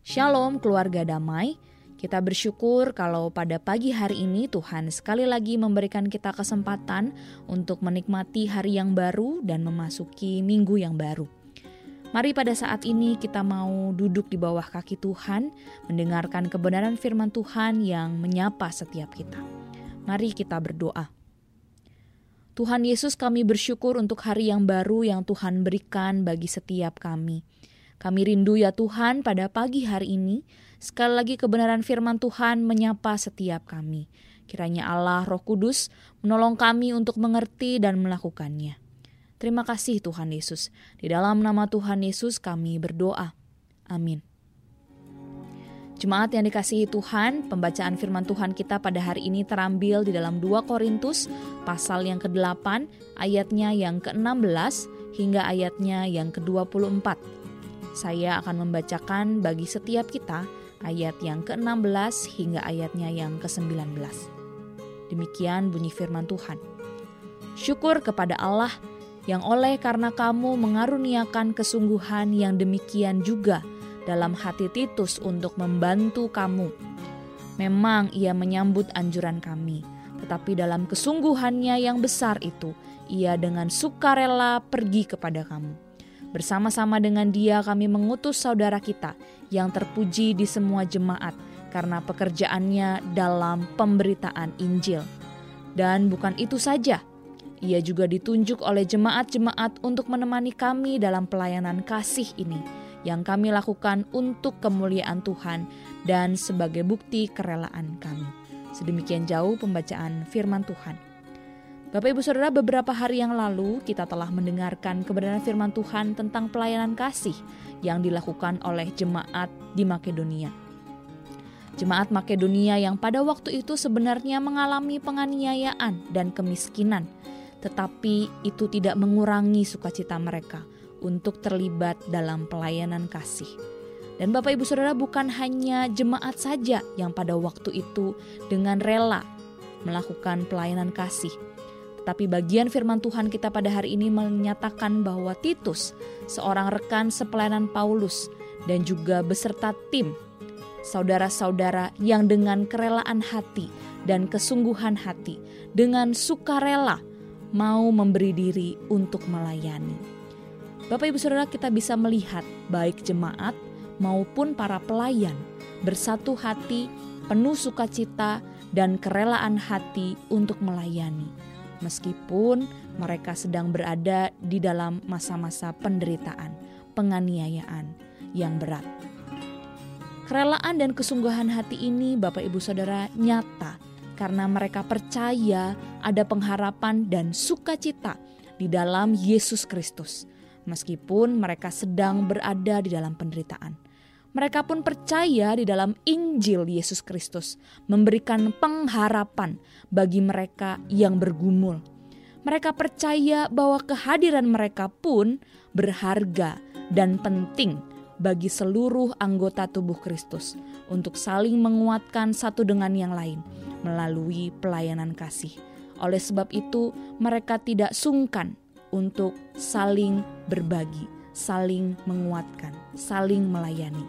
Shalom keluarga damai. Kita bersyukur kalau pada pagi hari ini Tuhan sekali lagi memberikan kita kesempatan untuk menikmati hari yang baru dan memasuki minggu yang baru. Mari pada saat ini kita mau duduk di bawah kaki Tuhan, mendengarkan kebenaran firman Tuhan yang menyapa setiap kita. Mari kita berdoa. Tuhan Yesus, kami bersyukur untuk hari yang baru yang Tuhan berikan bagi setiap kami. Kami rindu ya Tuhan pada pagi hari ini, sekali lagi kebenaran firman Tuhan menyapa setiap kami. Kiranya Allah Roh Kudus menolong kami untuk mengerti dan melakukannya. Terima kasih Tuhan Yesus. Di dalam nama Tuhan Yesus kami berdoa. Amin. Jemaat yang dikasihi Tuhan, pembacaan firman Tuhan kita pada hari ini terambil di dalam 2 Korintus pasal yang ke-8, ayatnya yang ke-16 hingga ayatnya yang ke-24. Saya akan membacakan bagi setiap kita ayat yang ke-16 hingga ayatnya yang ke-19. Demikian bunyi firman Tuhan. Syukur kepada Allah yang oleh karena kamu mengaruniakan kesungguhan yang demikian juga dalam hati Titus untuk membantu kamu. Memang ia menyambut anjuran kami, tetapi dalam kesungguhannya yang besar itu, ia dengan sukarela pergi kepada kamu. Bersama-sama dengan dia kami mengutus saudara kita yang terpuji di semua jemaat karena pekerjaannya dalam pemberitaan Injil. Dan bukan itu saja, ia juga ditunjuk oleh jemaat-jemaat untuk menemani kami dalam pelayanan kasih ini yang kami lakukan untuk kemuliaan Tuhan dan sebagai bukti kerelaan kami. Sedemikian jauh pembacaan firman Tuhan. Bapak Ibu Saudara, beberapa hari yang lalu kita telah mendengarkan kebenaran firman Tuhan tentang pelayanan kasih yang dilakukan oleh jemaat di Makedonia. Jemaat Makedonia yang pada waktu itu sebenarnya mengalami penganiayaan dan kemiskinan, tetapi itu tidak mengurangi sukacita mereka untuk terlibat dalam pelayanan kasih. Dan Bapak Ibu Saudara, bukan hanya jemaat saja yang pada waktu itu dengan rela melakukan pelayanan kasih, tetapi bagian firman Tuhan kita pada hari ini menyatakan bahwa Titus, seorang rekan sepelayanan Paulus dan juga beserta tim, saudara-saudara yang dengan kerelaan hati dan kesungguhan hati, dengan sukarela mau memberi diri untuk melayani. Bapak Ibu Saudara, kita bisa melihat baik jemaat maupun para pelayan bersatu hati, penuh sukacita dan kerelaan hati untuk melayani, meskipun mereka sedang berada di dalam masa-masa penderitaan, penganiayaan yang berat. Kerelaan dan kesungguhan hati ini Bapak Ibu Saudara nyata karena mereka percaya ada pengharapan dan sukacita di dalam Yesus Kristus, meskipun mereka sedang berada di dalam penderitaan. Mereka pun percaya di dalam Injil Yesus Kristus, memberikan pengharapan bagi mereka yang bergumul. Mereka percaya bahwa kehadiran mereka pun berharga dan penting bagi seluruh anggota tubuh Kristus untuk saling menguatkan satu dengan yang lain melalui pelayanan kasih. Oleh sebab itu, mereka tidak sungkan untuk saling berbagi, saling menguatkan, saling melayani.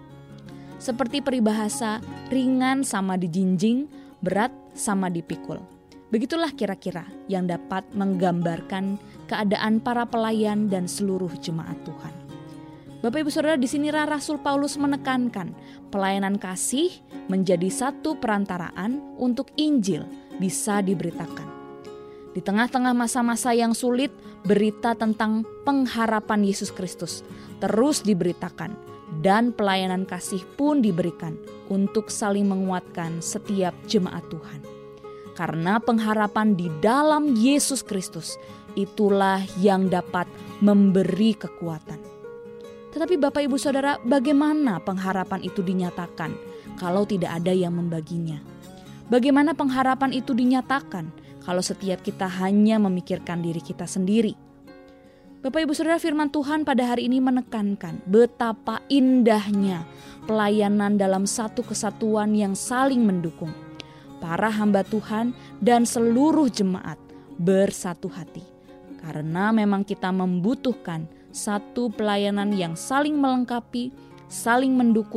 Seperti peribahasa, ringan sama dijinjing, berat sama dipikul. Begitulah kira-kira yang dapat menggambarkan keadaan para pelayan dan seluruh jemaat Tuhan. Bapak Ibu Saudara, di sini Rasul Paulus menekankan pelayanan kasih menjadi satu perantaraan untuk Injil bisa diberitakan. Di tengah-tengah masa-masa yang sulit, berita tentang pengharapan Yesus Kristus terus diberitakan dan pelayanan kasih pun diberikan untuk saling menguatkan setiap jemaat Tuhan. Karena pengharapan di dalam Yesus Kristus itulah yang dapat memberi kekuatan. Tetapi Bapak Ibu Saudara, bagaimana pengharapan itu dinyatakan kalau tidak ada yang membaginya? Bagaimana pengharapan itu dinyatakan kalau setiap kita hanya memikirkan diri kita sendiri? Bapak Ibu Saudara, firman Tuhan pada hari ini menekankan betapa indahnya pelayanan dalam satu kesatuan yang saling mendukung. Para hamba Tuhan dan seluruh jemaat bersatu hati. Karena memang kita membutuhkan satu pelayanan yang saling melengkapi, saling mendukung,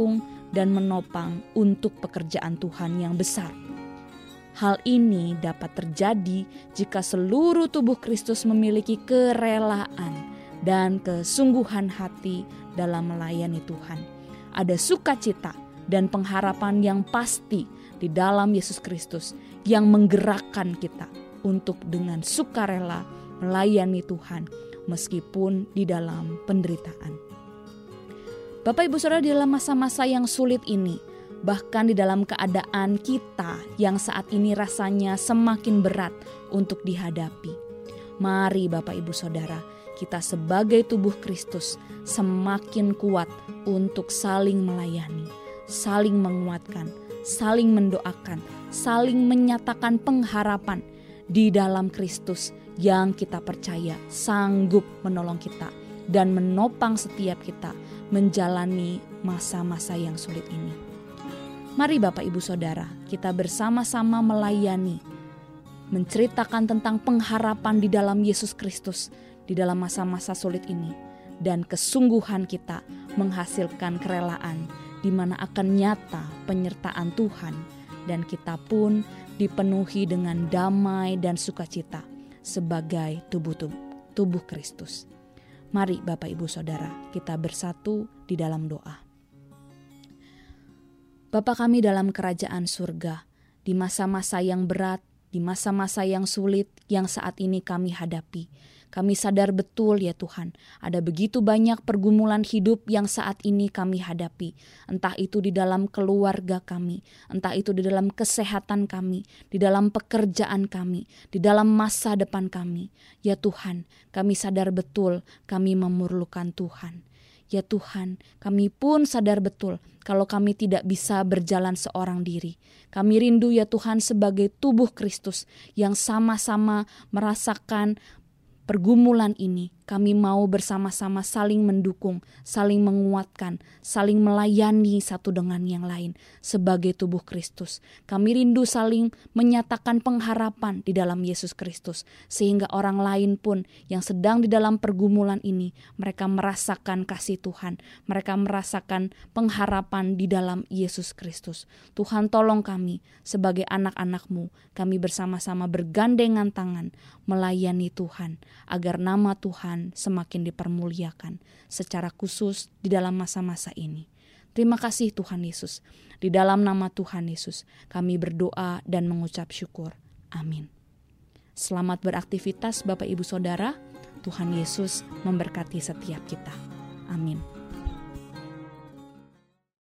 dan menopang untuk pekerjaan Tuhan yang besar. Hal ini dapat terjadi jika seluruh tubuh Kristus memiliki kerelaan dan kesungguhan hati dalam melayani Tuhan. Ada sukacita dan pengharapan yang pasti di dalam Yesus Kristus yang menggerakkan kita untuk dengan sukarela melayani Tuhan meskipun di dalam penderitaan. Bapak Ibu Saudara, di dalam masa-masa yang sulit ini, bahkan di dalam keadaan kita yang saat ini rasanya semakin berat untuk dihadapi, mari Bapak Ibu Saudara, kita sebagai tubuh Kristus semakin kuat untuk saling melayani, saling menguatkan, saling mendoakan, saling menyatakan pengharapan di dalam Kristus yang kita percaya sanggup menolong kita dan menopang setiap kita menjalani masa-masa yang sulit ini. Mari Bapak Ibu Saudara, kita bersama-sama melayani, menceritakan tentang pengharapan di dalam Yesus Kristus di dalam masa-masa sulit ini, dan kesungguhan kita menghasilkan kerelaan di mana akan nyata penyertaan Tuhan, dan kita pun dipenuhi dengan damai dan sukacita sebagai tubuh Kristus. Mari Bapak Ibu Saudara, kita bersatu di dalam doa. Bapa kami dalam kerajaan surga, di masa-masa yang berat, di masa-masa yang sulit yang saat ini kami hadapi, kami sadar betul ya Tuhan, ada begitu banyak pergumulan hidup yang saat ini kami hadapi. Entah itu di dalam keluarga kami, entah itu di dalam kesehatan kami, di dalam pekerjaan kami, di dalam masa depan kami. Ya Tuhan, kami sadar betul kami memerlukan Tuhan. Ya Tuhan, kami pun sadar betul kalau kami tidak bisa berjalan seorang diri. Kami rindu ya Tuhan sebagai tubuh Kristus yang sama-sama merasakan pergumulan ini. Kami mau bersama-sama saling mendukung, saling menguatkan, saling melayani satu dengan yang lain sebagai tubuh Kristus. Kami rindu saling menyatakan pengharapan di dalam Yesus Kristus, sehingga orang lain pun yang sedang di dalam pergumulan ini, mereka merasakan kasih Tuhan, mereka merasakan pengharapan di dalam Yesus Kristus. Tuhan, tolong kami sebagai anak-anak-Mu, kami bersama-sama bergandengan tangan melayani Tuhan, agar nama Tuhan semakin dipermuliakan secara khusus di dalam masa-masa ini. Terima kasih Tuhan Yesus. Di dalam nama Tuhan Yesus kami berdoa dan mengucap syukur. Amin. Selamat beraktivitas Bapak Ibu Saudara. Tuhan Yesus memberkati setiap kita. Amin.